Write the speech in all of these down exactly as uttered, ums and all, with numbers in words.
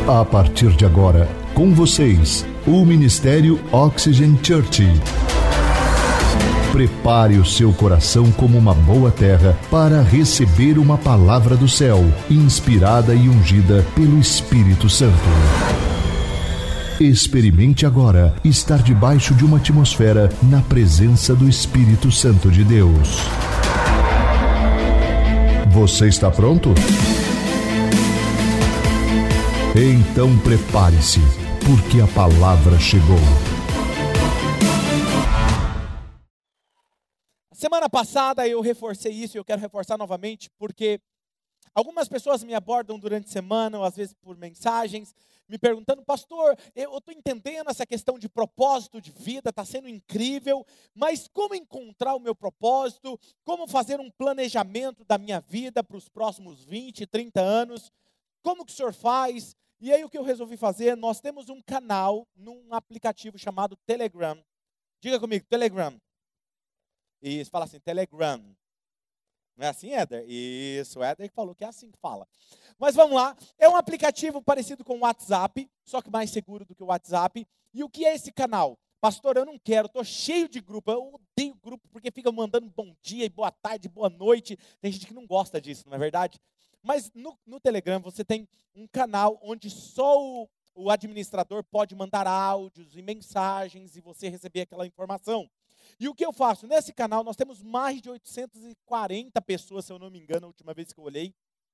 A partir de agora, com vocês, o Ministério Oxygen Church. Prepare o seu coração como uma boa terra para receber uma palavra do céu, inspirada e ungida pelo Espírito Santo. Experimente agora estar debaixo de uma atmosfera na presença do Espírito Santo de Deus. Você está pronto? Então prepare-se, porque a palavra chegou. Semana passada eu reforcei isso e eu quero reforçar novamente, porque algumas pessoas me abordam durante a semana, ou às vezes por mensagens, me perguntando: pastor, eu estou entendendo essa questão de propósito de vida, está sendo incrível, mas como encontrar o meu propósito? Como fazer um planejamento da minha vida para os próximos vinte, trinta anos? Como que o senhor faz? E aí o que eu resolvi fazer, nós temos um canal num aplicativo chamado Telegram. Diga comigo, Telegram. Isso, fala assim, Telegram. Não é assim, Éder? Isso, o Éder que falou que é assim que fala. Mas vamos lá, é um aplicativo parecido com o WhatsApp, só que mais seguro do que o WhatsApp. E o que é esse canal? Pastor, eu não quero, estou cheio de grupo, eu odeio grupo porque fica mandando bom dia e boa tarde, boa noite. Tem gente que não gosta disso, não é verdade? Mas no, no Telegram você tem um canal onde só o, o administrador pode mandar áudios e mensagens e você receber aquela informação. E o que eu faço? Nesse canal nós temos mais de oitocentas e quarenta pessoas, se eu não me engano, a última vez que eu olhei,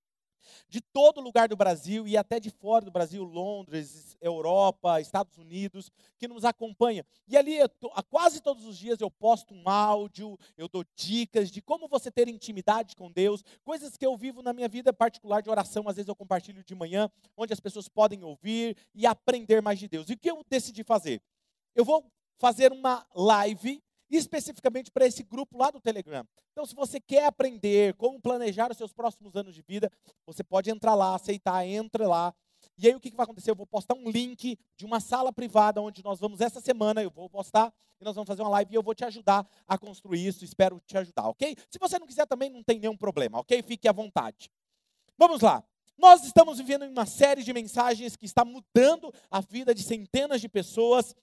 de todo lugar do Brasil e até de fora do Brasil, Londres, Europa, Estados Unidos, que nos acompanha. E ali, eu tô, quase todos os dias eu posto um áudio, eu dou dicas de como você ter intimidade com Deus, coisas que eu vivo na minha vida particular de oração, às vezes eu compartilho de manhã, onde as pessoas podem ouvir e aprender mais de Deus. E o que eu decidi fazer? Eu vou fazer uma live especificamente para esse grupo lá do Telegram. Então, se você quer aprender como planejar os seus próximos anos de vida, você pode entrar lá, aceitar, entra lá. E aí o que, que vai acontecer? Eu vou postar um link de uma sala privada onde nós vamos, essa semana, eu vou postar e nós vamos fazer uma live e eu vou te ajudar a construir isso, espero te ajudar, ok? Se você não quiser também, não tem nenhum problema, ok? Fique à vontade. Vamos lá. Nós estamos vivendo uma série de mensagens que está mudando a vida de centenas de pessoas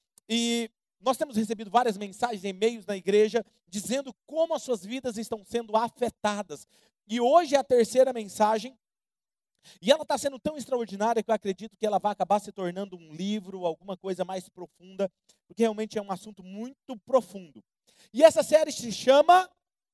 e nós temos recebido várias mensagens, e-mails na igreja, dizendo como as suas vidas estão sendo afetadas. E hoje é a terceira mensagem, e ela está sendo tão extraordinária que eu acredito que ela vai acabar se tornando um livro, alguma coisa mais profunda, porque realmente é um assunto muito profundo. E essa série se chama...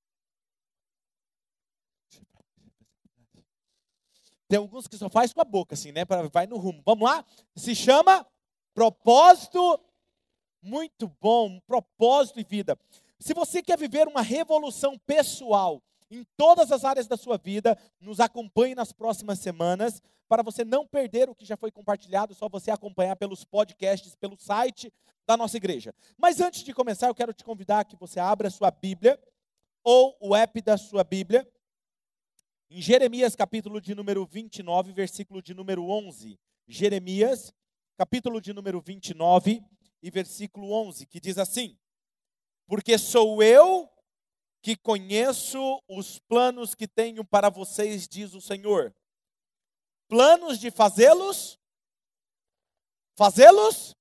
Tem alguns que só faz com a boca, assim, né? Vai no rumo. Vamos lá? Se chama Propósito. Muito bom, um propósito e vida. Se você quer viver uma revolução pessoal em todas as áreas da sua vida, nos acompanhe nas próximas semanas, para você não perder o que já foi compartilhado, só você acompanhar pelos podcasts, pelo site da nossa igreja. Mas antes de começar, eu quero te convidar que você abra a sua Bíblia, ou o app da sua Bíblia, em Jeremias, capítulo de número vinte e nove, versículo de número onze. Jeremias, capítulo de número vinte e nove, e versículo onze, que diz assim: porque sou eu que conheço os planos que tenho para vocês, diz o Senhor. Planos de fazê-los, fazê-los,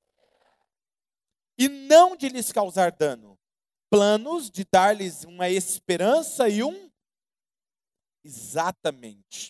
e não de lhes causar dano. Planos de dar-lhes uma esperança e um... Exatamente.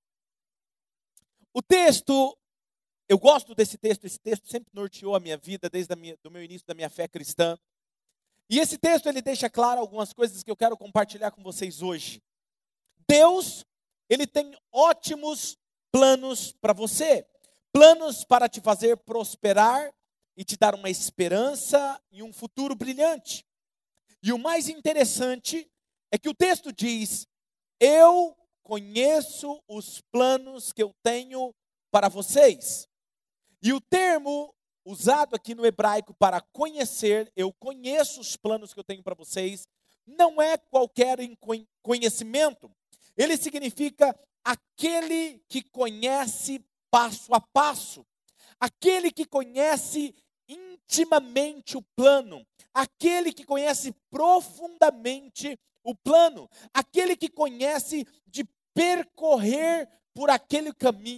O texto... Eu gosto desse texto, esse texto sempre norteou a minha vida desde o meu início da minha fé cristã. E esse texto ele deixa claro algumas coisas que eu quero compartilhar com vocês hoje. Deus, ele tem ótimos planos para você. Planos para te fazer prosperar e te dar uma esperança e um futuro brilhante. E o mais interessante é que o texto diz: eu conheço os planos que eu tenho para vocês. E o termo usado aqui no hebraico para conhecer, eu conheço os planos que eu tenho para vocês, não é qualquer conhecimento. Ele significa aquele que conhece passo a passo, aquele que conhece intimamente o plano, aquele que conhece profundamente o plano, aquele que conhece de percorrer por aquele caminho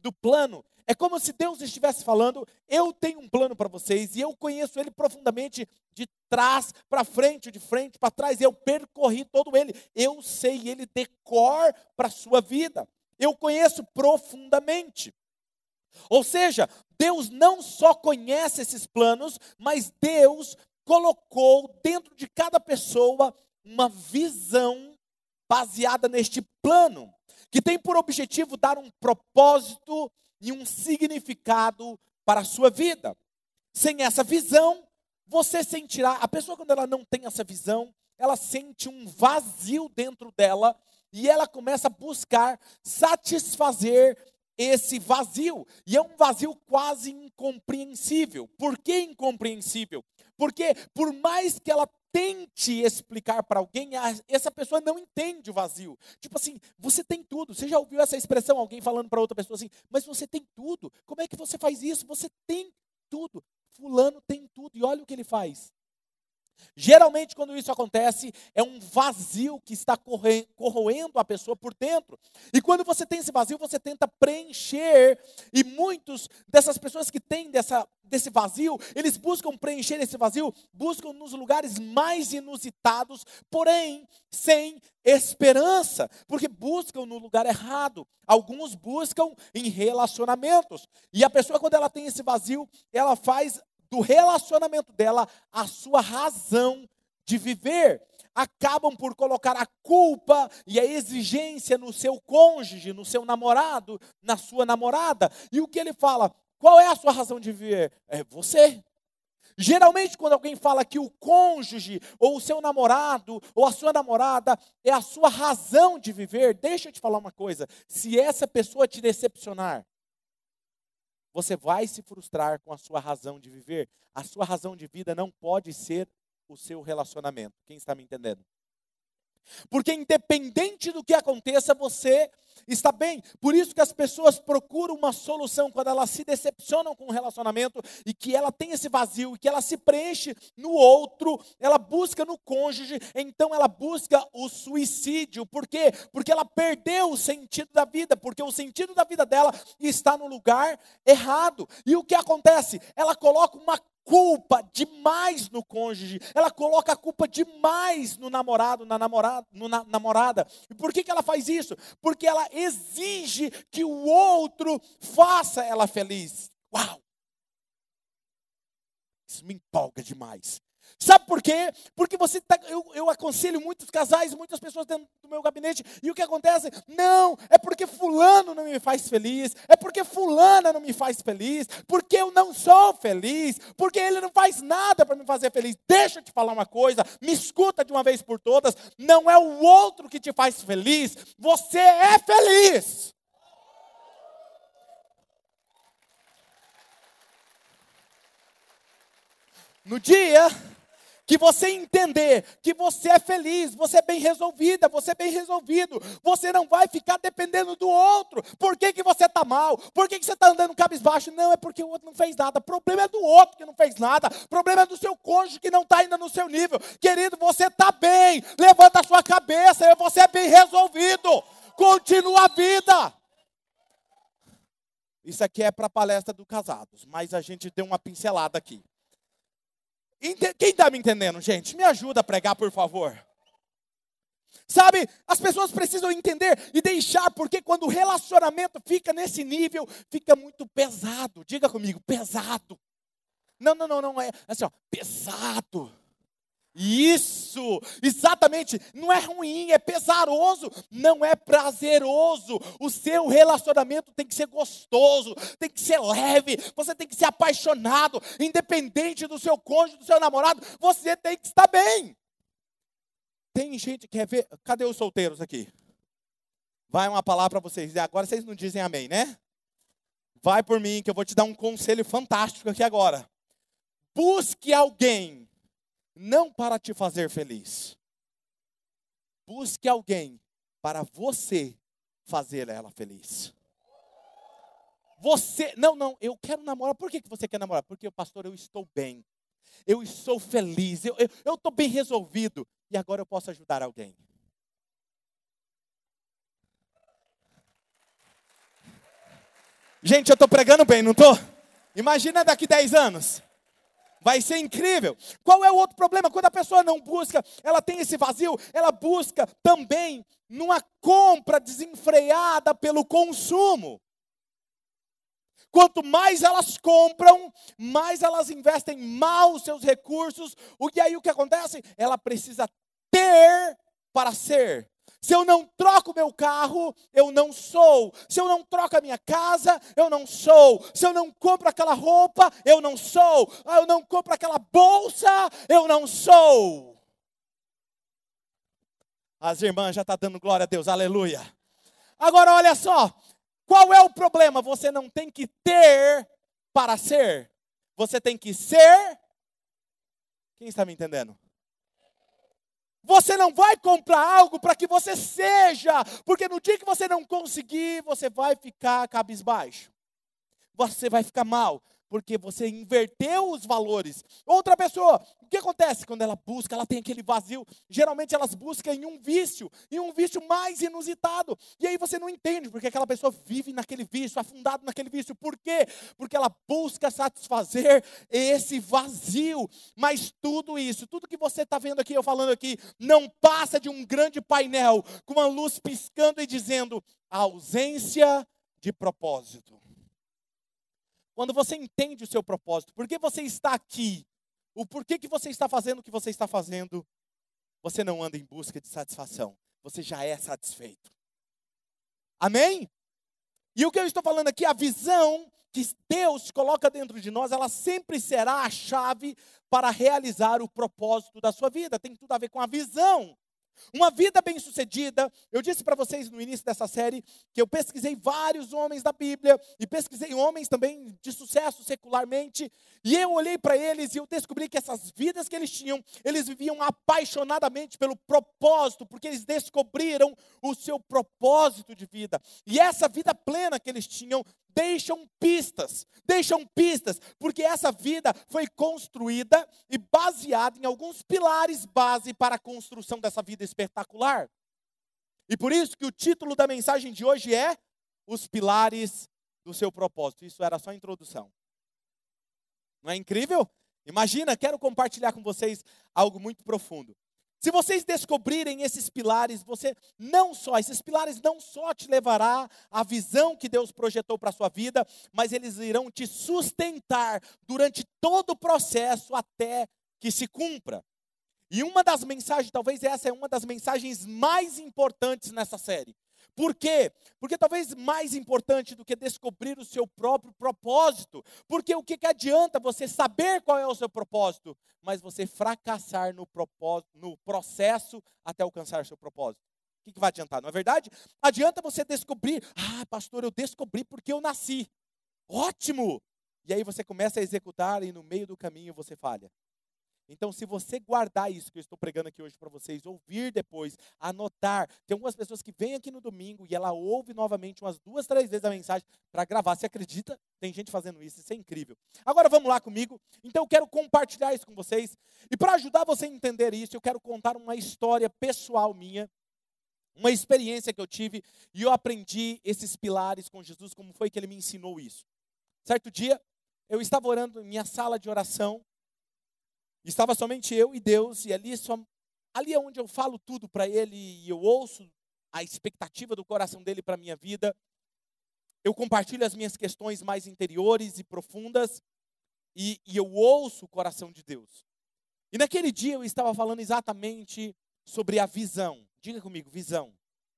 do plano, é como se Deus estivesse falando, eu tenho um plano para vocês, e eu conheço ele profundamente, de trás para frente, de frente para trás, eu percorri todo ele, eu sei ele de cor para a sua vida, eu conheço profundamente. Ou seja, Deus não só conhece esses planos, mas Deus colocou dentro de cada pessoa uma visão baseada neste plano, que tem por objetivo dar um propósito e um significado para a sua vida. Sem essa visão, você sentirá, a pessoa quando ela não tem essa visão, ela sente um vazio dentro dela e ela começa a buscar satisfazer esse vazio. E é um vazio quase incompreensível. Por que incompreensível? Porque por mais que ela tente explicar para alguém, essa pessoa não entende o vazio. Tipo assim, você tem tudo. Você já ouviu essa expressão, alguém falando para outra pessoa assim, mas você tem tudo. Como é que você faz isso? Você tem tudo. Fulano tem tudo. E olha o que ele faz. Geralmente, quando isso acontece, é um vazio que está corroendo a pessoa por dentro. E quando você tem esse vazio, você tenta preencher. E muitos dessas pessoas que têm dessa, desse vazio, eles buscam preencher esse vazio, buscam nos lugares mais inusitados, porém, sem esperança. Porque buscam no lugar errado. Alguns buscam em relacionamentos. E a pessoa, quando ela tem esse vazio, ela faz do relacionamento dela a sua razão de viver. Acabam por colocar a culpa e a exigência no seu cônjuge, no seu namorado, na sua namorada. E o que ele fala? Qual é a sua razão de viver? É você. Geralmente, quando alguém fala que o cônjuge, ou o seu namorado, ou a sua namorada é a sua razão de viver, deixa eu te falar uma coisa. Se essa pessoa te decepcionar, você vai se frustrar com a sua razão de viver. A sua razão de vida não pode ser o seu relacionamento. Quem está me entendendo? Porque independente do que aconteça, você está bem. Por isso que as pessoas procuram uma solução quando elas se decepcionam com o relacionamento e que ela tem esse vazio e que ela se preenche no outro, ela busca no cônjuge, então ela busca o suicídio. Por quê? Porque ela perdeu o sentido da vida, porque o sentido da vida dela está no lugar errado. E o que acontece? Ela coloca uma culpa demais no cônjuge, ela coloca a culpa demais no namorado, na namorada, no na, namorada. E por que que ela faz isso? Porque ela exige que o outro faça ela feliz. Uau! Isso me empolga demais. Sabe por quê? Porque você tá, eu, eu aconselho muitos casais, muitas pessoas dentro do meu gabinete, e o que acontece? Não, é porque fulano não me faz feliz, é porque fulana não me faz feliz, porque eu não sou feliz, porque ele não faz nada para me fazer feliz. Deixa eu te falar uma coisa, me escuta de uma vez por todas, não é o outro que te faz feliz, você é feliz. No dia que você entender que você é feliz, você é bem resolvida, você é bem resolvido, você não vai ficar dependendo do outro. Por que que você está mal? Por que que você está andando cabisbaixo? Não, é porque o outro não fez nada. O problema é do outro que não fez nada. O problema é do seu cônjuge que não está ainda no seu nível. Querido, você está bem. Levanta a sua cabeça, você é bem resolvido. Continua a vida. Isso aqui é para a palestra do casados, mas a gente deu uma pincelada aqui. Quem está me entendendo, gente? Me ajuda a pregar, por favor. Sabe, as pessoas precisam entender e deixar, porque quando o relacionamento fica nesse nível, fica muito pesado. Diga comigo, pesado. Não, não, não, não é assim, ó, pesado. Isso, exatamente, não é ruim, é pesaroso, não é prazeroso. O seu relacionamento tem que ser gostoso, tem que ser leve, você tem que ser apaixonado, independente do seu cônjuge, do seu namorado, você tem que estar bem. Tem gente que quer ver, cadê os solteiros aqui? Vai uma palavra para vocês, agora vocês não dizem amém, né? Vai por mim que eu vou te dar um conselho fantástico aqui agora. Busque alguém. Não para te fazer feliz. Busque alguém para você fazer ela feliz. Você, não, não, eu quero namorar. Por que que você quer namorar? Porque, pastor, eu estou bem. Eu estou feliz. Eu eu, eu estou bem resolvido. E agora eu posso ajudar alguém. Gente, eu estou pregando bem, não estou? Imagina daqui dez anos. Vai ser incrível. Qual é o outro problema? Quando a pessoa não busca, ela tem esse vazio, ela busca também numa compra desenfreada pelo consumo. Quanto mais elas compram, mais elas investem mal os seus recursos. E aí o que acontece? Ela precisa ter para ser. Se eu não troco meu carro, eu não sou. Se eu não troco a minha casa, eu não sou. Se eu não compro aquela roupa, eu não sou. Se eu não compro aquela bolsa, eu não sou. As irmãs já estão dando glória a Deus, aleluia. Agora olha só, qual é o problema? Você não tem que ter para ser. Você tem que ser. Quem está me entendendo? Você não vai comprar algo para que você seja, porque no dia que você não conseguir, você vai ficar cabisbaixo. Você vai ficar mal, porque você inverteu os valores. Outra pessoa, o que acontece quando ela busca? Ela tem aquele vazio. Geralmente elas buscam em um vício, em um vício mais inusitado. E aí você não entende, porque aquela pessoa vive naquele vício, afundado naquele vício. Por quê? Porque ela busca satisfazer esse vazio. Mas tudo isso, tudo que você está vendo aqui, eu falando aqui, não passa de um grande painel, com uma luz piscando e dizendo, a ausência de propósito. Quando você entende o seu propósito, por que você está aqui, o porquê que você está fazendo o que você está fazendo, você não anda em busca de satisfação, você já é satisfeito. Amém? E o que eu estou falando aqui, a visão que Deus coloca dentro de nós, ela sempre será a chave para realizar o propósito da sua vida. Tem tudo a ver com a visão. Uma vida bem-sucedida, eu disse para vocês no início dessa série, que eu pesquisei vários homens da Bíblia, e pesquisei homens também de sucesso secularmente, e eu olhei para eles e eu descobri que essas vidas que eles tinham, eles viviam apaixonadamente pelo propósito, porque eles descobriram o seu propósito de vida, e essa vida plena que eles tinham, deixam pistas, deixam pistas, porque essa vida foi construída e baseada em alguns pilares base para a construção dessa vida espetacular. E por isso que o título da mensagem de hoje é Os Pilares do Seu Propósito. Isso era só a introdução. Não é incrível? Imagina, quero compartilhar com vocês algo muito profundo. Se vocês descobrirem esses pilares, você não só, esses pilares não só te levará à visão que Deus projetou para a sua vida, mas eles irão te sustentar durante todo o processo até que se cumpra. E uma das mensagens, talvez essa é uma das mensagens mais importantes nessa série. Por quê? Porque talvez mais importante do que descobrir o seu próprio propósito. Porque o que, que adianta você saber qual é o seu propósito, mas você fracassar no, propósito, no processo até alcançar o seu propósito? O que, que vai adiantar? Não é verdade? Adianta você descobrir, ah, pastor, eu descobri porque eu nasci. Ótimo! E aí você começa a executar e no meio do caminho você falha. Então, se você guardar isso que eu estou pregando aqui hoje para vocês, ouvir depois, anotar. Tem algumas pessoas que vêm aqui no domingo e ela ouve novamente umas duas, três vezes a mensagem para gravar. Você acredita? Tem gente fazendo isso, isso é incrível. Agora vamos lá comigo. Então eu quero compartilhar isso com vocês. E para ajudar você a entender isso, eu quero contar uma história pessoal minha. Uma experiência que eu tive e eu aprendi esses pilares com Jesus, como foi que ele me ensinou isso. Certo dia, eu estava orando em minha sala de oração. Estava somente eu e Deus, e ali, só, ali é onde eu falo tudo para Ele, e eu ouço a expectativa do coração dEle para a minha vida. Eu compartilho as minhas questões mais interiores e profundas, e, e eu ouço o coração de Deus. E naquele dia eu estava falando exatamente sobre a visão. Diga comigo, visão.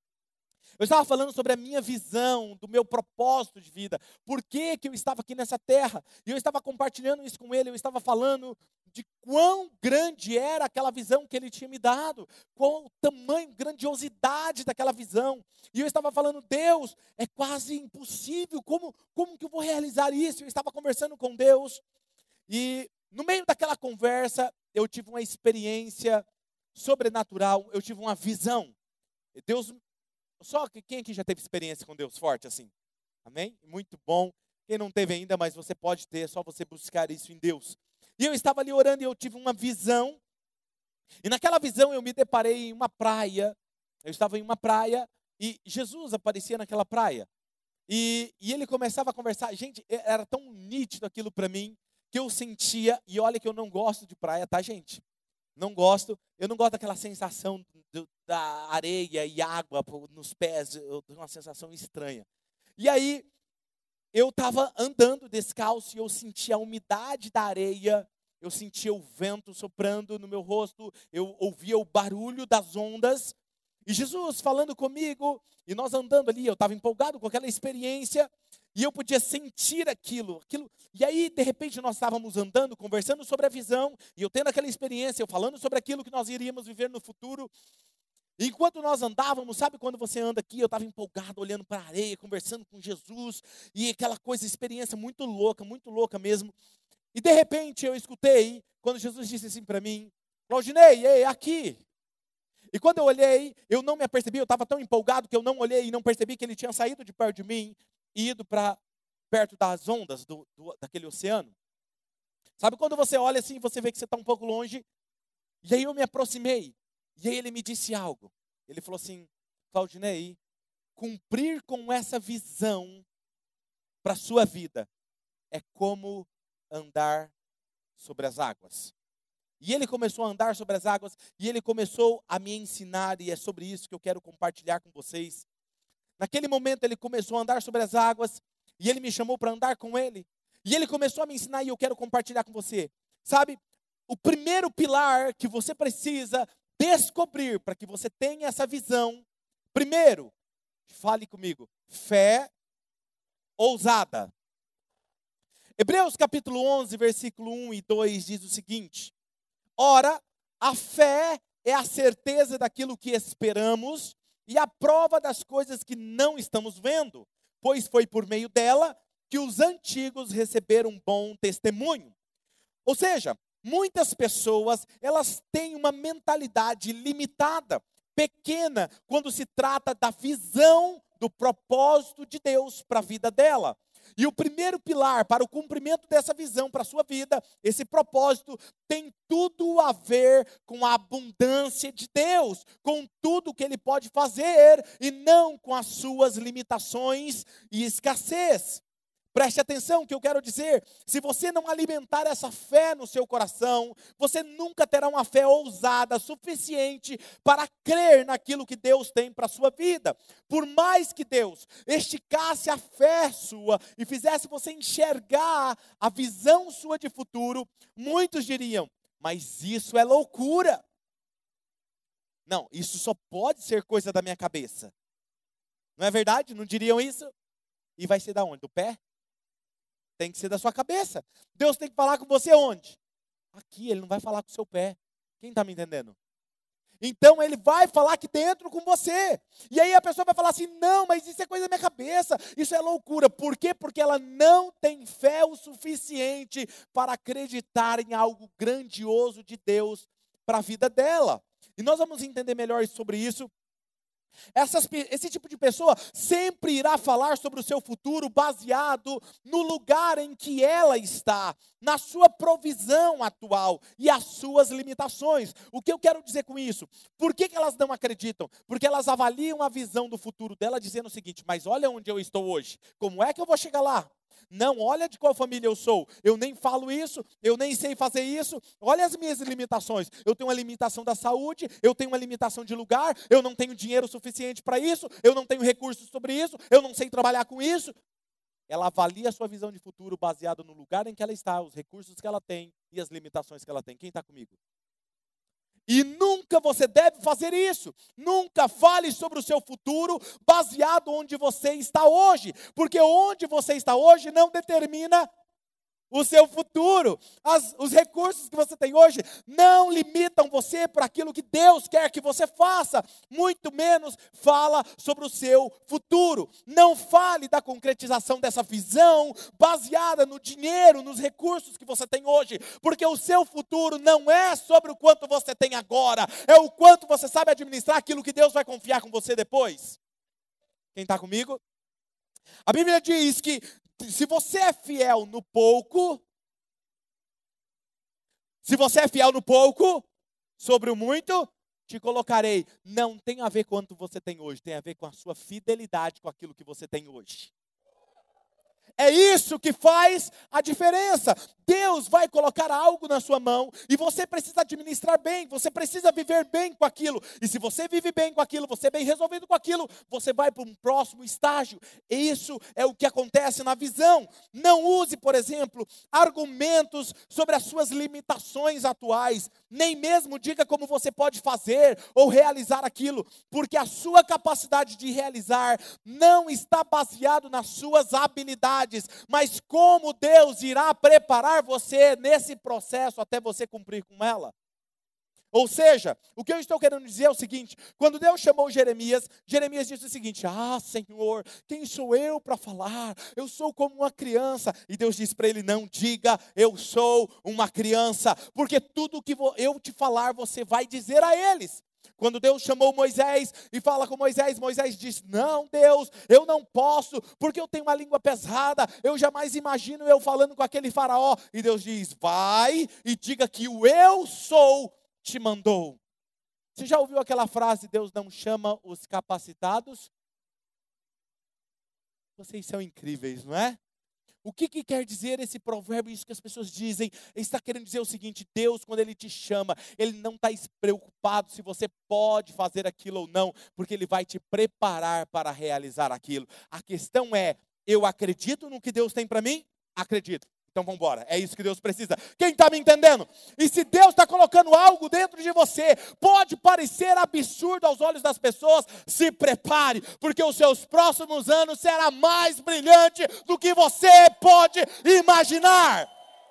Eu estava falando sobre a minha visão, do meu propósito de vida. Por que que eu estava aqui nessa terra? E eu estava compartilhando isso com ele. Eu estava falando de quão grande era aquela visão que ele tinha me dado. Qual o tamanho, grandiosidade daquela visão. E eu estava falando, Deus, é quase impossível. Como, como que eu vou realizar isso? Eu estava conversando com Deus. E no meio daquela conversa, eu tive uma experiência sobrenatural. Eu tive uma visão. Deus... Só que quem aqui já teve experiência com Deus forte assim? Amém? Muito bom. Quem não teve ainda, mas você pode ter, é só você buscar isso em Deus. E eu estava ali orando e eu tive uma visão. E naquela visão eu me deparei em uma praia. Eu estava em uma praia e Jesus aparecia naquela praia. E, e ele começava a conversar. Gente, era tão nítido aquilo para mim, que eu sentia, e olha que eu não gosto de praia, tá, gente? Não gosto, eu não gosto daquela sensação do, da areia e água nos pés, eu tenho uma sensação estranha. E aí, eu estava andando descalço e eu sentia a umidade da areia, eu sentia o vento soprando no meu rosto, eu ouvia o barulho das ondas, e Jesus falando comigo, e nós andando ali, eu estava empolgado com aquela experiência, e eu podia sentir aquilo, aquilo. E aí, de repente, nós estávamos andando, conversando sobre a visão, e eu tendo aquela experiência, eu falando sobre aquilo que nós iríamos viver no futuro. E enquanto nós andávamos, sabe quando você anda aqui, eu estava empolgado, olhando para a areia, conversando com Jesus, e aquela coisa, experiência muito louca, muito louca mesmo. E de repente eu escutei, quando Jesus disse assim para mim, Claudinei, ei, aqui. E quando eu olhei, eu não me apercebi, eu estava tão empolgado que eu não olhei e não percebi que ele tinha saído de perto de mim e ido para perto das ondas do, do, daquele oceano. Sabe quando você olha assim, você vê que você está um pouco longe? E aí eu me aproximei, e aí ele me disse algo. Ele falou assim, Claudinei, cumprir com essa visão para a sua vida é como andar sobre as águas. E ele começou a andar sobre as águas, e ele começou a me ensinar, e é sobre isso que eu quero compartilhar com vocês. Naquele momento ele começou a andar sobre as águas, e ele me chamou para andar com ele. E ele começou a me ensinar, e eu quero compartilhar com você. Sabe, o primeiro pilar que você precisa descobrir para que você tenha essa visão, primeiro, fale comigo, fé ousada. Hebreus capítulo onze, versículo um e dois diz o seguinte, ora, a fé é a certeza daquilo que esperamos e a prova das coisas que não estamos vendo, pois foi por meio dela que os antigos receberam um bom testemunho. Ou seja, muitas pessoas, elas têm uma mentalidade limitada, pequena, quando se trata da visão do propósito de Deus para a vida dela. E o primeiro pilar para o cumprimento dessa visão para a sua vida, esse propósito, tem tudo a ver com a abundância de Deus, com tudo que Ele pode fazer e não com as suas limitações e escassez. Preste atenção que eu quero dizer, se você não alimentar essa fé no seu coração, você nunca terá uma fé ousada suficiente para crer naquilo que Deus tem para a sua vida. Por mais que Deus esticasse a fé sua e fizesse você enxergar a visão sua de futuro, muitos diriam, mas isso é loucura. Não, isso só pode ser coisa da minha cabeça. Não é verdade? Não diriam isso? E vai ser da onde? Do pé? Tem que ser da sua cabeça. Deus tem que falar com você onde? Aqui, Ele não vai falar com o seu pé. Quem está me entendendo? Então Ele vai falar aqui dentro com você. E aí a pessoa vai falar assim, não, mas isso é coisa da minha cabeça. Isso é loucura. Por quê? Porque ela não tem fé o suficiente para acreditar em algo grandioso de Deus para a vida dela. E nós vamos entender melhor sobre isso. Essas, esse tipo de pessoa sempre irá falar sobre o seu futuro baseado no lugar em que ela está, na sua provisão atual e as suas limitações. O que eu quero dizer com isso? Por que que elas não acreditam? Porque elas avaliam a visão do futuro dela dizendo o seguinte, mas olha onde eu estou hoje, como é que eu vou chegar lá? Não, olha de qual família eu sou, eu nem falo isso, eu nem sei fazer isso, olha as minhas limitações, eu tenho uma limitação da saúde, eu tenho uma limitação de lugar, eu não tenho dinheiro suficiente para isso, eu não tenho recursos sobre isso, eu não sei trabalhar com isso. Ela avalia a sua visão de futuro baseada no lugar em que ela está, os recursos que ela tem e as limitações que ela tem. Quem está comigo? E nunca você deve fazer isso. Nunca fale sobre o seu futuro baseado onde você está hoje. Porque onde você está hoje não determina o seu futuro. As, os recursos que você tem hoje não limitam você para aquilo que Deus quer que você faça. Muito menos fala sobre o seu futuro. Não fale da concretização dessa visão baseada no dinheiro, nos recursos que você tem hoje. Porque o seu futuro não é sobre o quanto você tem agora. É o quanto você sabe administrar aquilo que Deus vai confiar com você depois. Quem está comigo? A Bíblia diz que se você é fiel no pouco, se você é fiel no pouco, sobre o muito, te colocarei. Não tem a ver com quanto você tem hoje, tem a ver com a sua fidelidade com aquilo que você tem hoje. É isso que faz a diferença. Deus vai colocar algo na sua mão e você precisa administrar bem, você precisa viver bem com aquilo. E se você vive bem com aquilo, você é bem resolvido com aquilo, você vai para um próximo estágio. E isso é o que acontece na visão. Não use, por exemplo, argumentos sobre as suas limitações atuais, nem mesmo diga como você pode fazer ou realizar aquilo, porque a sua capacidade de realizar não está baseado nas suas habilidades, mas como Deus irá preparar você nesse processo até você cumprir com ela. Ou seja, o que eu estou querendo dizer é o seguinte: quando Deus chamou Jeremias, Jeremias disse o seguinte: ah, Senhor, quem sou eu para falar? Eu sou como uma criança. E Deus disse para ele: não diga eu sou uma criança, porque tudo que eu te falar você vai dizer a eles. Quando Deus chamou Moisés e fala com Moisés, Moisés diz: não, Deus, eu não posso, porque eu tenho uma língua pesada, eu jamais imagino eu falando com aquele faraó. E Deus diz: vai e diga que o eu sou te mandou. Você já ouviu aquela frase: Deus não chama os capacitados? Vocês são incríveis, não é? O que, que quer dizer esse provérbio, isso que as pessoas dizem? Ele está querendo dizer o seguinte: Deus, quando Ele te chama, Ele não está preocupado se você pode fazer aquilo ou não, porque Ele vai te preparar para realizar aquilo. A questão é: eu acredito no que Deus tem para mim? Acredito. Então vamos embora, é isso que Deus precisa. Quem está me entendendo? E se Deus está colocando algo dentro de você, pode parecer absurdo aos olhos das pessoas, se prepare, porque os seus próximos anos será mais brilhante do que você pode imaginar.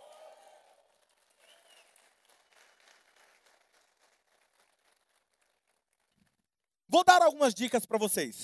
Vou dar algumas dicas para vocês.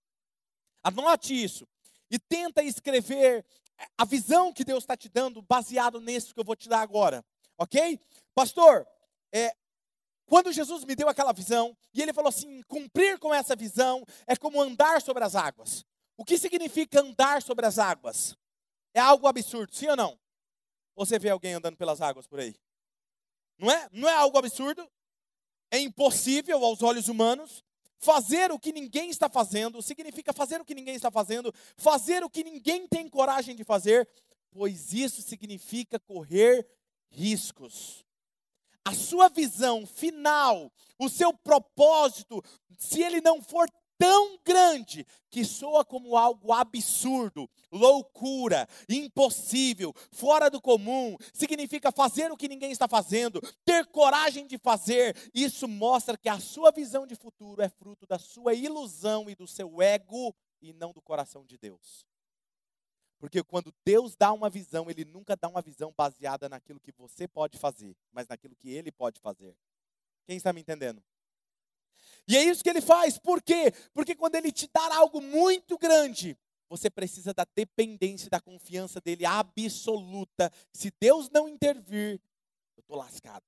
Anote isso e tenta escrever a visão que Deus está te dando, baseado nisso que eu vou te dar agora, ok? Pastor, é, quando Jesus me deu aquela visão, e Ele falou assim: cumprir com essa visão é como andar sobre as águas. O que significa andar sobre as águas? É algo absurdo, sim ou não? Ou você vê alguém andando pelas águas por aí? Não é? Não é algo absurdo? É impossível aos olhos humanos. Fazer o que ninguém está fazendo significa fazer o que ninguém está fazendo, fazer o que ninguém tem coragem de fazer, pois isso significa correr riscos. A sua visão final, o seu propósito, se ele não for tão grande que soa como algo absurdo, loucura, impossível, fora do comum, significa fazer o que ninguém está fazendo, ter coragem de fazer. Isso mostra que a sua visão de futuro é fruto da sua ilusão e do seu ego e não do coração de Deus. Porque quando Deus dá uma visão, Ele nunca dá uma visão baseada naquilo que você pode fazer, mas naquilo que Ele pode fazer. Quem está me entendendo? E é isso que Ele faz. Por quê? Porque quando Ele te dá algo muito grande, você precisa da dependência, da confiança dEle absoluta. Se Deus não intervir, eu estou lascado.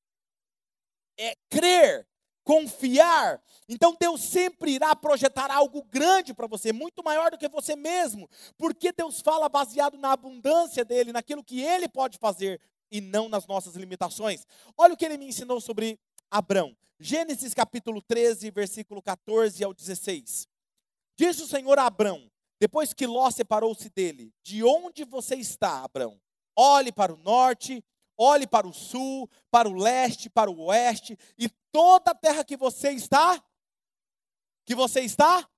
É crer, confiar. Então Deus sempre irá projetar algo grande para você, muito maior do que você mesmo. Porque Deus fala baseado na abundância dEle, naquilo que Ele pode fazer, e não nas nossas limitações. Olha o que Ele me ensinou sobre Abrão. Gênesis capítulo treze, versículo quatorze ao dezesseis. Diz o Senhor a Abrão, depois que Ló separou-se dele: de onde você está, Abrão? Olhe para o norte, olhe para o sul, para o leste, para o oeste, e toda a terra que você está, que você está,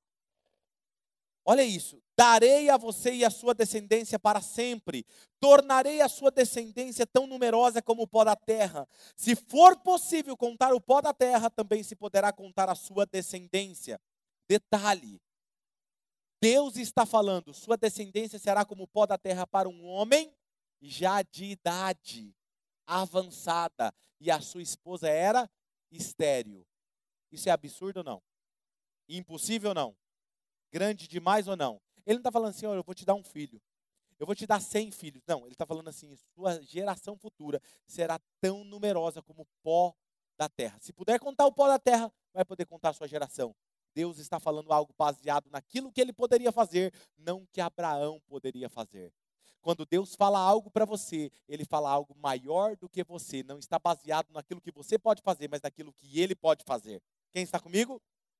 olha isso: darei a você e a sua descendência para sempre. Tornarei a sua descendência tão numerosa como o pó da terra. Se for possível contar o pó da terra, também se poderá contar a sua descendência. Detalhe: Deus está falando, sua descendência será como o pó da terra para um homem já de idade avançada, e a sua esposa era estéril. Isso é absurdo ou não? Impossível ou não? Grande demais ou não? Ele não está falando assim: olha, eu vou te dar um filho, eu vou te dar cem filhos. Não, ele está falando assim: sua geração futura será tão numerosa como o pó da terra. Se puder contar o pó da terra, vai poder contar a sua geração. Deus está falando algo baseado naquilo que ele poderia fazer, não que Abraão poderia fazer. Quando Deus fala algo para você, Ele fala algo maior do que você. Não está baseado naquilo que você pode fazer, mas naquilo que Ele pode fazer. Quem está comigo?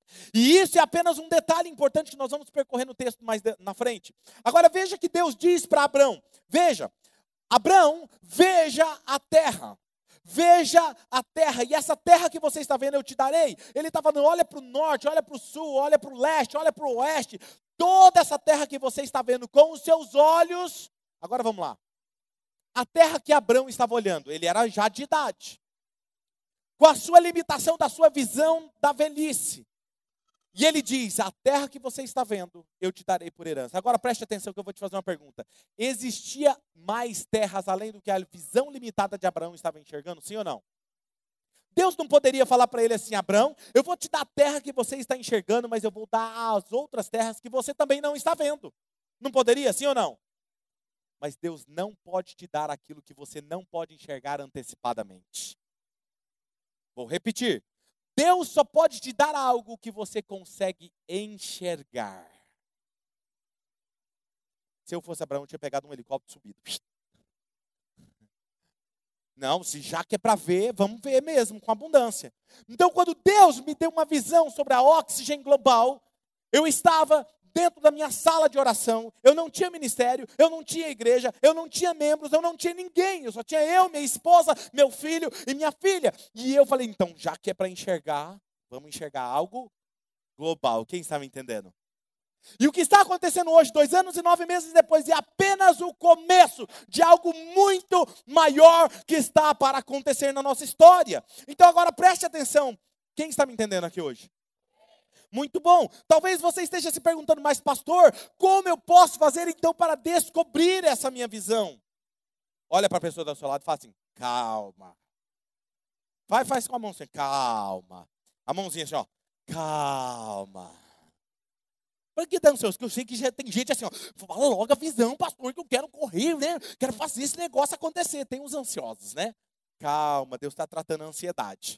E isso é apenas um detalhe importante que nós vamos percorrer no texto mais de, na frente. Agora veja que Deus diz para Abrão, veja, Abrão, veja a terra. Veja a terra, e essa terra que você está vendo eu te darei. Ele está falando, olha para o norte, olha para o sul, olha para o leste, olha para o oeste. Toda essa terra que você está vendo com os seus olhos. Agora vamos lá. A terra que Abrão estava olhando, ele era já de idade. Com a sua limitação da sua visão da velhice. E ele diz, a terra que você está vendo, eu te darei por herança. Agora preste atenção que eu vou te fazer uma pergunta. Existia mais terras além do que a visão limitada de Abraão estava enxergando? Sim ou não? Deus não poderia falar para ele assim, Abraão, eu vou te dar a terra que você está enxergando, mas eu vou dar as outras terras que você também não está vendo. Não poderia, sim ou não? Mas Deus não pode te dar aquilo que você não pode enxergar antecipadamente. Vou repetir. Deus só pode te dar algo que você consegue enxergar. Se eu fosse Abraão, eu tinha pegado um helicóptero e subido. Não, se já que é para ver, vamos ver mesmo, com abundância. Então, quando Deus me deu uma visão sobre a Oxygen Global, eu estava dentro da minha sala de oração, eu não tinha ministério, eu não tinha igreja, eu não tinha membros, eu não tinha ninguém, eu só tinha eu, minha esposa, meu filho e minha filha. E eu falei, então, já que é para enxergar, vamos enxergar algo global. Quem está me entendendo? E o que está acontecendo hoje, dois anos e nove meses depois, é apenas o começo de algo muito maior que está para acontecer na nossa história. Então agora preste atenção, quem está me entendendo aqui hoje? Muito bom. Talvez você esteja se perguntando, mas pastor, como eu posso fazer então para descobrir essa minha visão? Olha para a pessoa do seu lado e fala assim, calma. Vai, faz com a mão assim, calma. A mãozinha assim, ó, calma. Por que tão seus? Que eu sei que já tem gente assim, ó, fala logo a visão, pastor, que eu quero correr, né? Quero fazer esse negócio acontecer. Tem uns ansiosos, né? Calma, Deus está tratando a ansiedade.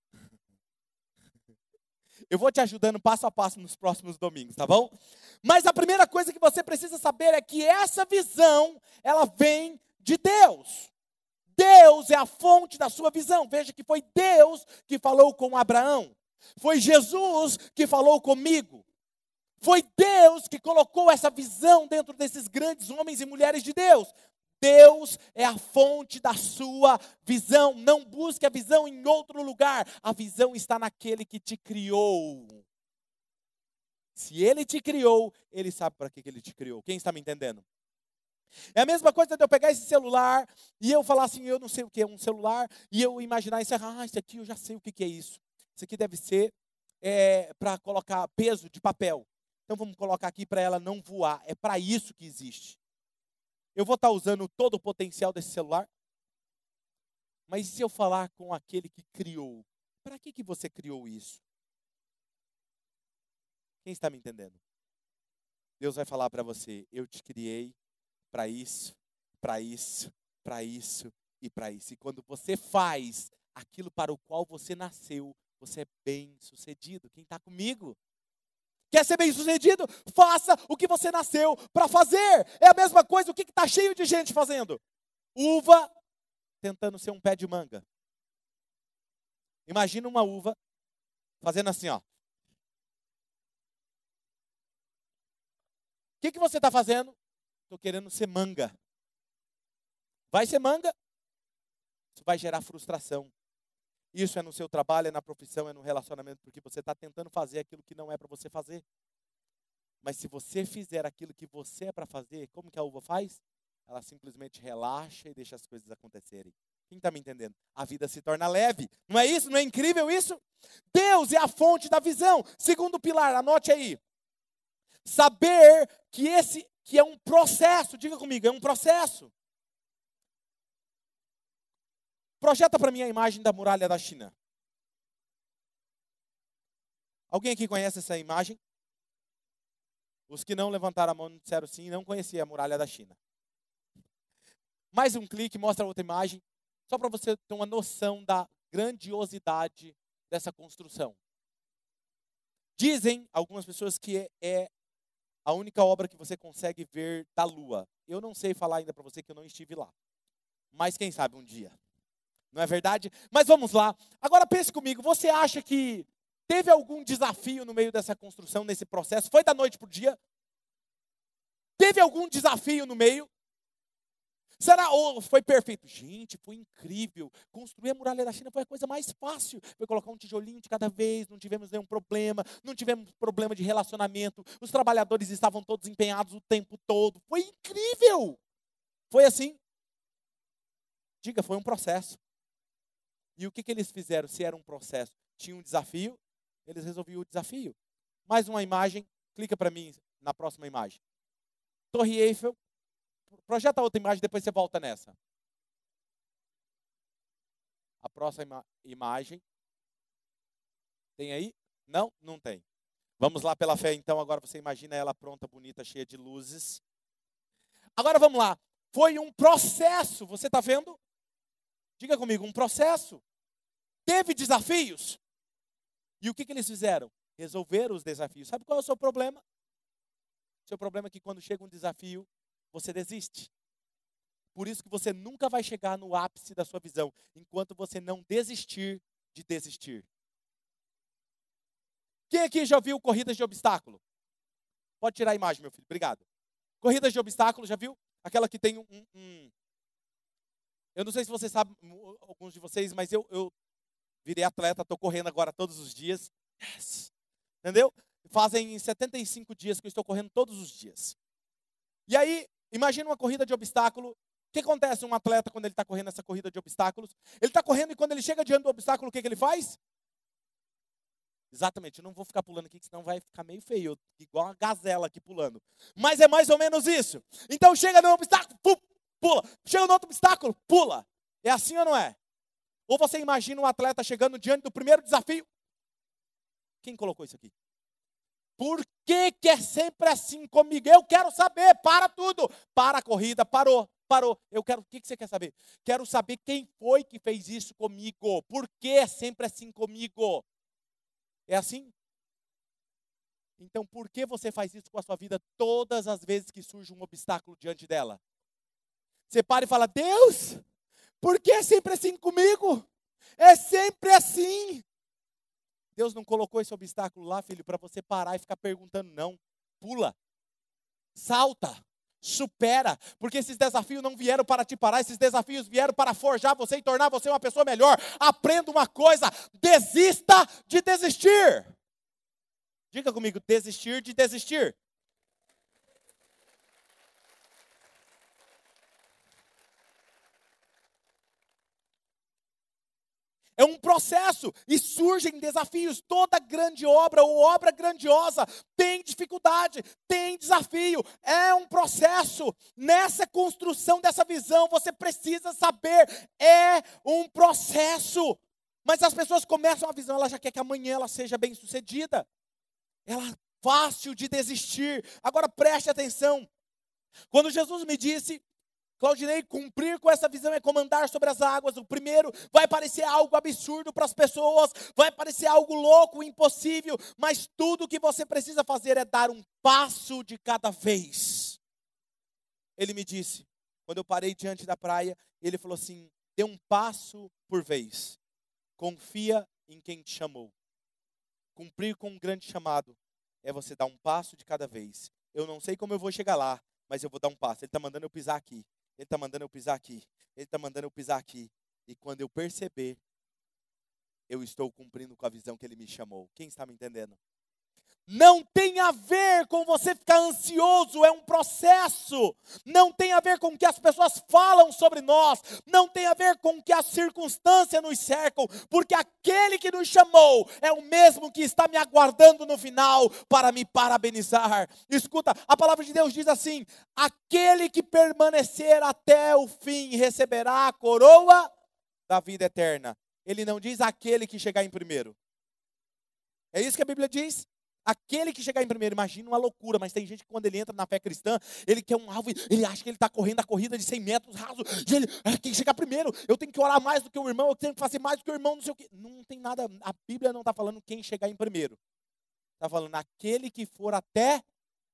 Eu vou te ajudando passo a passo nos próximos domingos, tá bom? Mas a primeira coisa que você precisa saber é que essa visão, ela vem de Deus. Deus é a fonte da sua visão. Veja que foi Deus que falou com Abraão. Foi Jesus que falou comigo. Foi Deus que colocou essa visão dentro desses grandes homens e mulheres de Deus. Deus é a fonte da sua visão. Não busque a visão em outro lugar. A visão está naquele que te criou. Se Ele te criou, Ele sabe para que Ele te criou. Quem está me entendendo? É a mesma coisa de eu pegar esse celular e eu falar assim, eu não sei o que é um celular, e eu imaginar isso, ah, isso aqui eu já sei o que é isso. Isso aqui deve ser é, para colocar peso de papel. Então vamos colocar aqui para ela não voar. É para isso que existe. Eu vou estar usando todo o potencial desse celular? Mas e se eu falar com aquele que criou? Para que, que você criou isso? Quem está me entendendo? Deus vai falar para você, eu te criei para isso, para isso, para isso e para isso. E quando você faz aquilo para o qual você nasceu, você é bem sucedido. Quem está comigo? Quer ser bem sucedido? Faça o que você nasceu para fazer. É a mesma coisa, o que está cheio de gente fazendo? Uva tentando ser um pé de manga. Imagina uma uva fazendo assim, ó. O que, que você está fazendo? Estou querendo ser manga. Vai ser manga? Isso vai gerar frustração. Isso é no seu trabalho, é na profissão, é no relacionamento, porque você está tentando fazer aquilo que não é para você fazer. Mas se você fizer aquilo que você é para fazer, como que a uva faz? Ela simplesmente relaxa e deixa as coisas acontecerem. Quem está me entendendo? A vida se torna leve. Não é isso? Não é incrível isso? Deus é a fonte da visão. Segundo pilar, anote aí. Saber que esse que é um processo, diga comigo, é um processo. Projeta para mim a imagem da muralha da China. Alguém aqui conhece essa imagem? Os que não levantaram a mão e disseram sim, não conheciam a muralha da China. Mais um clique, mostra outra imagem, só para você ter uma noção da grandiosidade dessa construção. Dizem algumas pessoas que é a única obra que você consegue ver da lua. Eu não sei falar ainda para você que eu não estive lá. Mas quem sabe um dia. Não é verdade? Mas vamos lá. Agora pense comigo, você acha que Teve algum desafio no meio dessa construção, nesse processo? Foi da noite para o dia? Teve algum desafio no meio? Será ou foi perfeito? Gente, foi incrível. Construir a muralha da China foi a coisa mais fácil. Foi colocar um tijolinho de cada vez, não tivemos nenhum problema, não tivemos problema de relacionamento. Os trabalhadores estavam todos empenhados o tempo todo. Foi incrível. Foi assim? Diga, foi um processo. E o que, que eles fizeram? Se era um processo, tinha um desafio, eles resolviam o desafio. Mais uma imagem, clica para mim na próxima imagem. Torre Eiffel. Projeta outra imagem, depois você volta nessa. A próxima imagem. Tem aí? Não? Não tem. Vamos lá pela fé, então. Agora você imagina ela pronta, bonita, cheia de luzes. Agora vamos lá. Foi um processo, você está vendo? Diga comigo, um processo. Teve desafios. E o que, que eles fizeram? Resolveram os desafios. Sabe qual é o seu problema? O seu problema é que quando chega um desafio, você desiste. Por isso que você nunca vai chegar no ápice da sua visão, enquanto você não desistir de desistir. Quem aqui já viu corridas de obstáculo? Pode tirar a imagem, meu filho, obrigado. Corridas de obstáculo, já viu? Aquela que tem um... um, um... Eu não sei se você sabe, alguns de vocês, mas eu, eu virei atleta, estou correndo agora todos os dias. Yes. Entendeu? Fazem setenta e cinco dias que eu estou correndo todos os dias. E aí, imagina uma corrida de obstáculo. O que acontece um atleta quando ele está correndo essa corrida de obstáculos? Ele está correndo e quando ele chega diante do obstáculo, o que, que ele faz? Exatamente, eu não vou ficar pulando aqui, senão vai ficar meio feio, igual uma gazela aqui pulando. Mas é mais ou menos isso. Então chega no obstáculo, pum, pula. Chega no outro obstáculo, pula. É assim ou não é? Ou você imagina um atleta chegando diante do primeiro desafio? Quem colocou isso aqui? Por que, que é sempre assim comigo? Eu quero saber, para tudo. Para a corrida, parou, parou. Eu quero, o que, que você quer saber? Quero saber quem foi que fez isso comigo. Por que é sempre assim comigo? É assim? Então, por que você faz isso com a sua vida todas as vezes que surge um obstáculo diante dela? Você para e fala, Deus, por que é sempre assim comigo? É sempre assim. Deus não colocou esse obstáculo lá, filho, para você parar e ficar perguntando, não. Pula, salta, supera, porque esses desafios não vieram para te parar, esses desafios vieram para forjar você e tornar você uma pessoa melhor. Aprenda uma coisa, desista de desistir. Diga comigo, desistir de desistir. É um processo e surgem desafios. Toda grande obra ou obra grandiosa tem dificuldade, tem desafio. É um processo. Nessa construção dessa visão, você precisa saber, é um processo. Mas as pessoas começam a visão, ela já quer que amanhã ela seja bem sucedida. Ela é fácil de desistir. Agora preste atenção. Quando Jesus me disse, Claudinei, cumprir com essa visão é comandar sobre as águas. O primeiro vai parecer algo absurdo para as pessoas, vai parecer algo louco, impossível, mas tudo o que você precisa fazer é dar um passo de cada vez. Ele me disse, quando eu parei diante da praia, ele falou assim, dê um passo por vez. Confia em quem te chamou. Cumprir com um grande chamado é você dar um passo de cada vez. Eu não sei como eu vou chegar lá, mas eu vou dar um passo. Ele está mandando eu pisar aqui. Ele está mandando eu pisar aqui. Ele está mandando eu pisar aqui. E quando eu perceber, eu estou cumprindo com a visão que ele me chamou. Quem está me entendendo? Não tem a ver com você ficar ansioso, é um processo. Não tem a ver com o que as pessoas falam sobre nós. Não tem a ver com o que as circunstâncias nos cercam. Porque aquele que nos chamou é o mesmo que está me aguardando no final para me parabenizar. Escuta, a palavra de Deus diz assim, aquele que permanecer até o fim receberá a coroa da vida eterna. Ele não diz aquele que chegar em primeiro. É isso que a Bíblia diz? Aquele que chegar em primeiro, imagina uma loucura, mas tem gente que quando ele entra na fé cristã, ele quer um alvo, ele acha que ele está correndo a corrida de cem metros raso, e ele ah, tem que chegar primeiro, eu tenho que orar mais do que o irmão, eu tenho que fazer mais do que o irmão, não sei o quê. Não tem nada, a Bíblia não está falando quem chegar em primeiro. Está falando aquele que for até,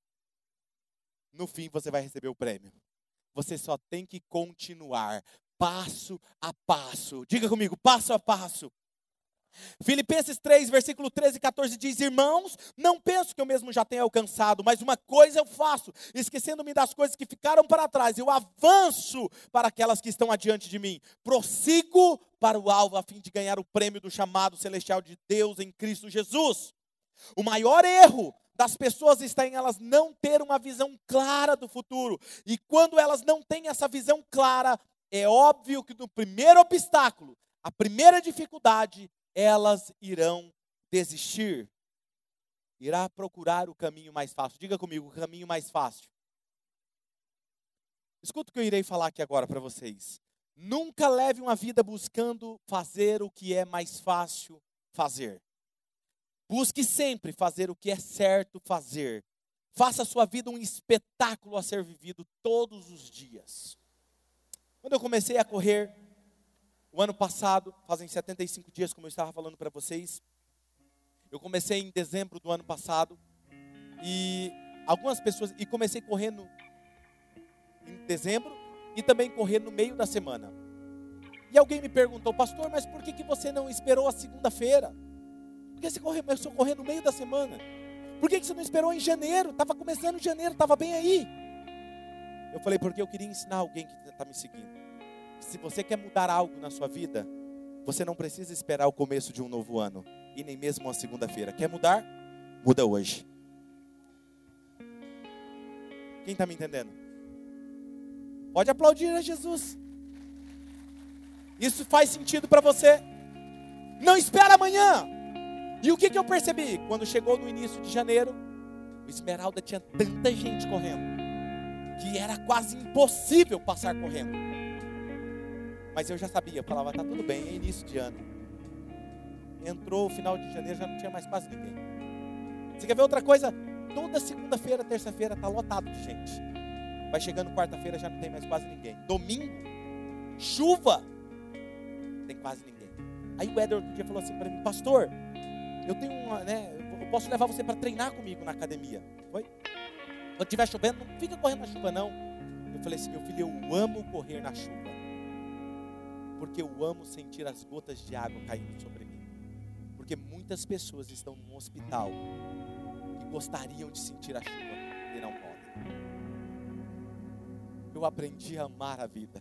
no fim você vai receber o prêmio. Você só tem que continuar, passo a passo. Diga comigo, passo a passo. Filipenses três, versículo treze e quatorze diz: irmãos, não penso que eu mesmo já tenha alcançado, mas uma coisa eu faço, esquecendo-me das coisas que ficaram para trás, eu avanço para aquelas que estão adiante de mim, prossigo para o alvo a fim de ganhar o prêmio do chamado celestial de Deus em Cristo Jesus. O maior erro das pessoas está em elas não ter uma visão clara do futuro, e quando elas não têm essa visão clara, é óbvio que no primeiro obstáculo, a primeira dificuldade, elas irão desistir. Irá procurar o caminho mais fácil. Diga comigo, o caminho mais fácil. Escuta o que eu irei falar aqui agora para vocês. Nunca leve uma vida buscando fazer o que é mais fácil fazer. Busque sempre fazer o que é certo fazer. Faça a sua vida um espetáculo a ser vivido todos os dias. Quando eu comecei a correr, o ano passado, fazem setenta e cinco dias, como eu estava falando para vocês. Eu comecei em dezembro do ano passado. E algumas pessoas, e comecei correndo em dezembro e também correr no meio da semana. E alguém me perguntou: pastor, mas por que, que você não esperou a segunda-feira? Por que você começou a correr no meio da semana? Por que, que você não esperou em janeiro? Estava começando em janeiro, estava bem aí. Eu falei: porque eu queria ensinar alguém que está me seguindo. Se você quer mudar algo na sua vida, você não precisa esperar o começo de um novo ano, e nem mesmo uma segunda-feira. Quer mudar? Muda hoje. Quem está me entendendo? Pode aplaudir a Jesus. Isso faz sentido para você? Não espera amanhã. E o que, que eu percebi? Quando chegou no início de janeiro, o Esmeralda tinha tanta gente correndo, que era quase impossível passar correndo. Mas eu já sabia, eu falava: tá tudo bem, é início de ano. Entrou o final de janeiro, já não tinha mais quase ninguém. Você quer ver outra coisa? Toda segunda-feira, terça-feira está lotado de gente. Vai chegando quarta-feira, já não tem mais quase ninguém. Domingo, chuva, não tem quase ninguém. Aí o Éder outro dia falou assim para mim: pastor, eu tenho uma, né, eu posso levar você para treinar comigo na academia. Foi? Quando estiver chovendo, não fica correndo na chuva não. Eu falei assim: meu filho, eu amo correr na chuva, porque eu amo sentir as gotas de água caindo sobre mim. Porque muitas pessoas estão num hospital que gostariam de sentir a chuva e não podem. Eu aprendi a amar a vida.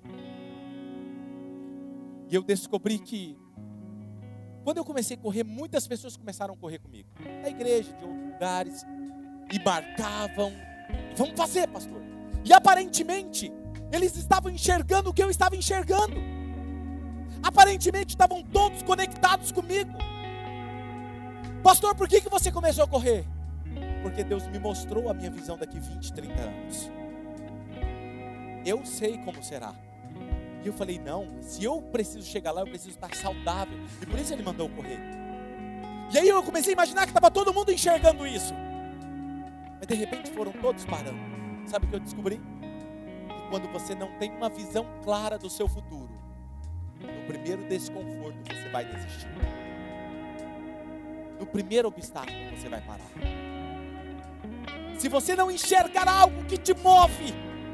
E eu descobri que quando eu comecei a correr, muitas pessoas começaram a correr comigo. Da igreja, de outros lugares. E marcavam. Vamos fazer, pastor. E aparentemente, eles estavam enxergando o que eu estava enxergando. Aparentemente estavam todos conectados comigo. Pastor, por que, que você começou a correr? Porque Deus me mostrou a minha visão daqui vinte, trinta anos. Eu sei como será. E eu falei: não, se eu preciso chegar lá, eu preciso estar saudável. E por isso Ele mandou eu correr. E aí eu comecei a imaginar que estava todo mundo enxergando isso. Mas de repente foram todos parando. Sabe o que eu descobri? Que quando você não tem uma visão clara do seu futuro, no primeiro desconforto você vai desistir. No primeiro obstáculo você vai parar. Se você não enxergar algo que te move,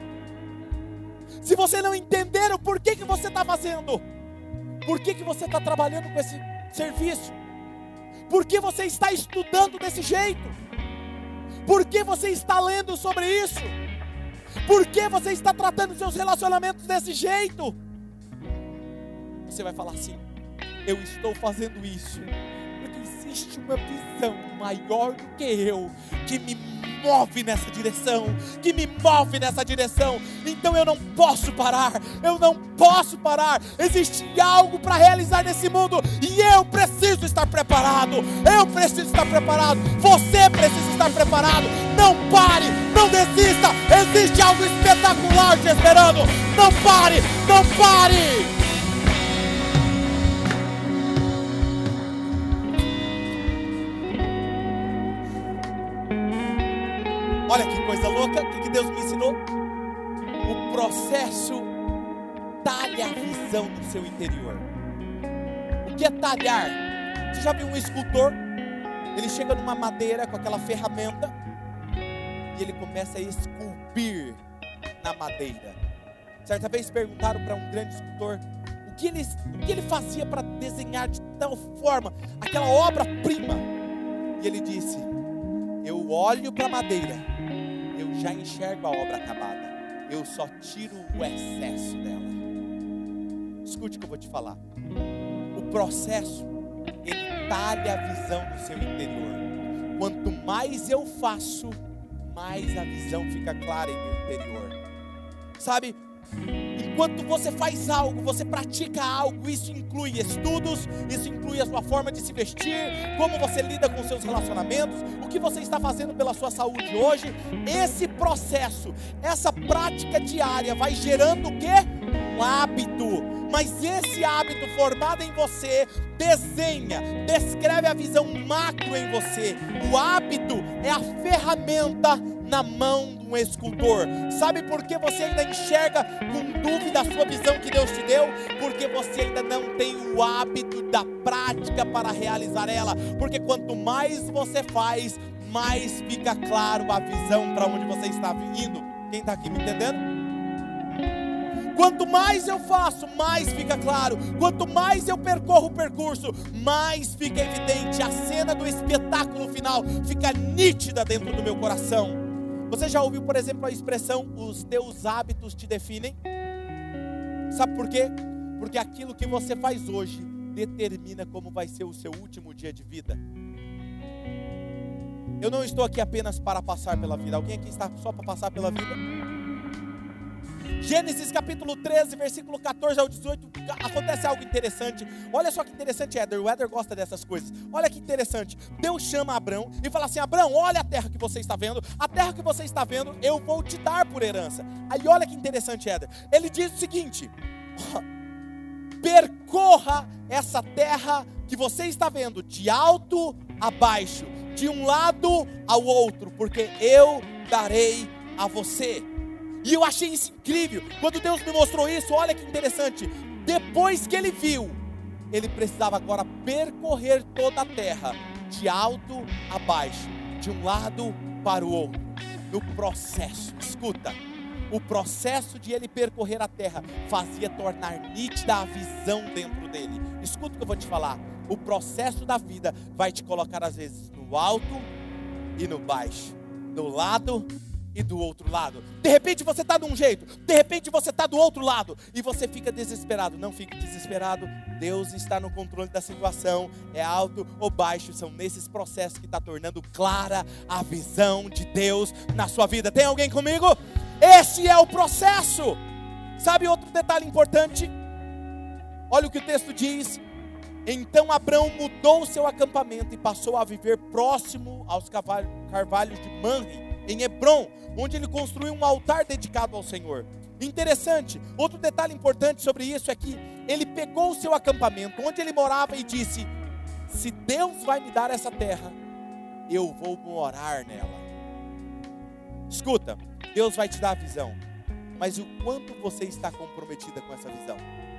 se você não entender o porquê que você está fazendo, por que que você está trabalhando com esse serviço, por que você está estudando desse jeito, por que você está lendo sobre isso, por que você está tratando seus relacionamentos desse jeito, você vai falar assim: eu estou fazendo isso porque existe uma visão maior do que eu, que me move nessa direção, que me move nessa direção, então eu não posso parar, eu não posso parar, existe algo para realizar nesse mundo, e eu preciso estar preparado, eu preciso estar preparado, você precisa estar preparado, não pare, não desista, existe algo espetacular te esperando, não pare, não pare. Olha que coisa louca, o que Deus me ensinou? O processo talha a visão do seu interior. O que é talhar? Você já viu um escultor? Ele chega numa madeira com aquela ferramenta e ele começa a esculpir na madeira. Certa vez perguntaram para um grande escultor: o que ele, o que ele fazia para desenhar de tal forma aquela obra-prima. E ele disse: eu olho para a madeira, eu já enxergo a obra acabada, eu só tiro o excesso dela. Escute o que eu vou te falar. O processo, ele talha a visão do seu interior. Quanto mais eu faço, mais a visão fica clara em meu interior. Sabe, enquanto você faz algo, você pratica algo, isso inclui estudos, isso inclui a sua forma de se vestir, como você lida com seus relacionamentos, o que você está fazendo pela sua saúde hoje. Esse processo, essa prática diária vai gerando o quê? Um hábito. Mas esse hábito formado em você desenha, descreve a visão macro em você. O hábito é a ferramenta na mão de um escultor. Sabe por que você ainda enxerga com dúvida a sua visão que Deus te deu? Porque você ainda não tem o hábito da prática para realizar ela. Porque quanto mais você faz, mais fica claro a visão para onde você está indo. Quem está aqui me entendendo? Quanto mais eu faço, mais fica claro. Quanto mais eu percorro o percurso, mais fica evidente. A cena do espetáculo final fica nítida dentro do meu coração. Você já ouviu, por exemplo, a expressão: os teus hábitos te definem? Sabe por quê? Porque aquilo que você faz hoje determina como vai ser o seu último dia de vida. Eu não estou aqui apenas para passar pela vida. Alguém aqui está só para passar pela vida? Gênesis capítulo treze, versículo catorze ao dezoito, acontece algo interessante. Olha só que interessante, Éder, o Éder gosta dessas coisas. Olha que interessante, Deus chama Abrão e fala assim: Abrão, olha a terra que você está vendo, a terra que você está vendo, eu vou te dar por herança. Aí olha que interessante, Éder, ele diz o seguinte: percorra essa terra que você está vendo, de alto a baixo, de um lado ao outro, porque eu darei a você. E eu achei isso incrível. Quando Deus me mostrou isso, olha que interessante. Depois que ele viu, ele precisava agora percorrer toda a terra, de alto a baixo, de um lado para o outro. No processo, escuta, o processo de ele percorrer a terra fazia tornar nítida a visão dentro dele. Escuta o que eu vou te falar. O processo da vida vai te colocar às vezes no alto e no baixo, do lado e do outro lado. De repente você está de um jeito, de repente você está do outro lado, e você fica desesperado. Não fique desesperado, Deus está no controle da situação. É alto ou baixo, são nesses processos que está tornando clara a visão de Deus na sua vida. Tem alguém comigo? Esse é o processo. Sabe outro detalhe importante? Olha o que o texto diz: então Abrão mudou o seu acampamento e passou a viver próximo aos carvalhos de Manre, em Hebrom, onde ele construiu um altar dedicado ao Senhor. Interessante, outro detalhe importante sobre isso é que ele pegou o seu acampamento, onde ele morava, e disse: se Deus vai me dar essa terra, eu vou morar nela. Escuta, Deus vai te dar a visão, mas o quanto você está comprometida com essa visão?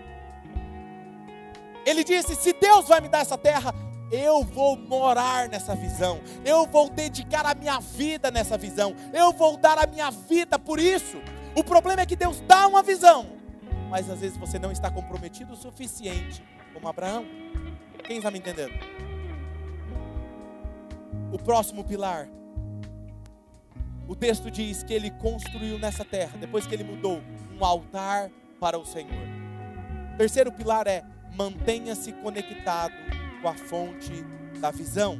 Ele disse: se Deus vai me dar essa terra, eu vou morar nessa visão, eu vou dedicar a minha vida nessa visão, eu vou dar a minha vida por isso. O problema é que Deus dá uma visão, mas às vezes você não está comprometido o suficiente, como Abraão. Quem está me entendendo? O próximo pilar, o texto diz que ele construiu nessa terra, depois que ele mudou, um altar para o Senhor. O terceiro pilar é: mantenha-se conectado com a fonte da visão.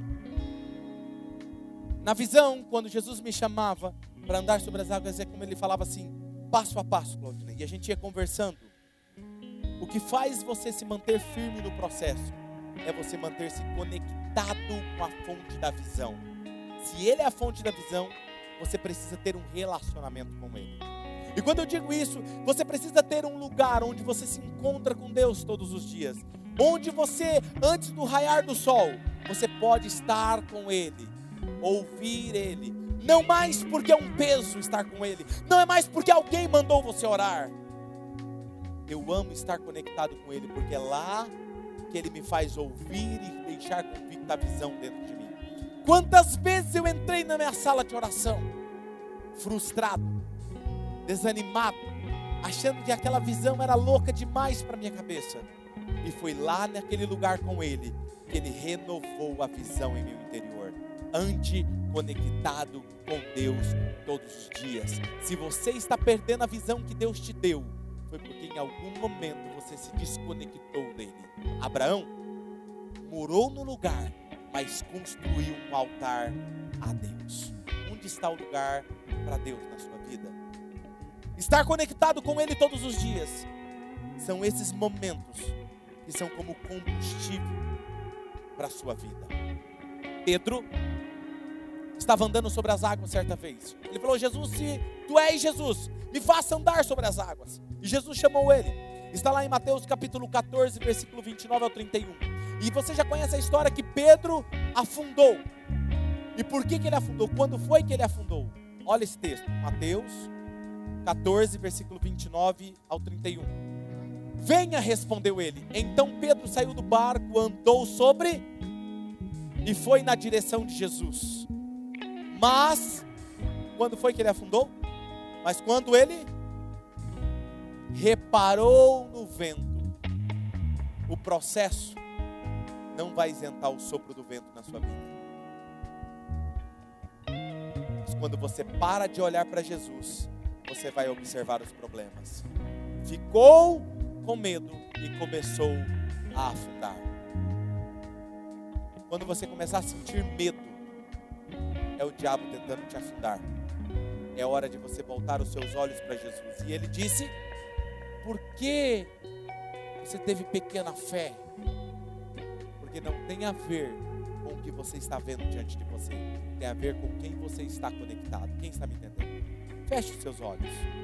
Na visão, quando Jesus me chamava para andar sobre as águas, é como ele falava assim, passo a passo, Claudinei, e a gente ia conversando. O que faz você se manter firme no processo é você manter-se conectado com a fonte da visão. Se ele é a fonte da visão, você precisa ter um relacionamento com ele. E quando eu digo isso, você precisa ter um lugar onde você se encontra com Deus todos os dias, onde você, antes do raiar do sol, você pode estar com Ele, ouvir Ele. Não mais porque é um peso estar com Ele, não é mais porque alguém mandou você orar. Eu amo estar conectado com Ele, porque é lá que Ele me faz ouvir e deixar convicta a visão dentro de mim. Quantas vezes eu entrei na minha sala de oração, frustrado, desanimado, achando que aquela visão era louca demais para minha cabeça. E foi lá naquele lugar com ele que ele renovou a visão em meu interior. Ande conectado com Deus todos os dias. Se você está perdendo a visão que Deus te deu, foi porque em algum momento você se desconectou dele. Abraão morou no lugar, mas construiu um altar a Deus. Onde está o lugar para Deus na sua vida? Estar conectado com Ele todos os dias. São esses momentos que são como combustível para a sua vida. Pedro estava andando sobre as águas certa vez. Ele falou: Jesus, se tu és Jesus, me faça andar sobre as águas. E Jesus chamou ele. Está lá em Mateus capítulo catorze, versículo vinte e nove ao trinta e um. E você já conhece a história que Pedro afundou. E por que que ele afundou? Quando foi que ele afundou? Olha esse texto, Mateus catorze, versículo vinte e nove ao trinta e um. Venha, respondeu ele. Então Pedro saiu do barco, andou sobre e foi na direção de Jesus. Mas, quando foi que ele afundou? Mas quando ele reparou no vento. O processo não vai isentar o sopro do vento na sua vida. Mas quando você para de olhar para Jesus, você vai observar os problemas. Ficou com medo e começou a afundar. Quando você começar a sentir medo, é o diabo tentando te afundar. É hora de você voltar os seus olhos para Jesus. E ele disse: por que você teve pequena fé? Porque não tem a ver com o que você está vendo diante de você. Tem a ver com quem você está conectado. Quem está me entendendo? Feche os seus olhos.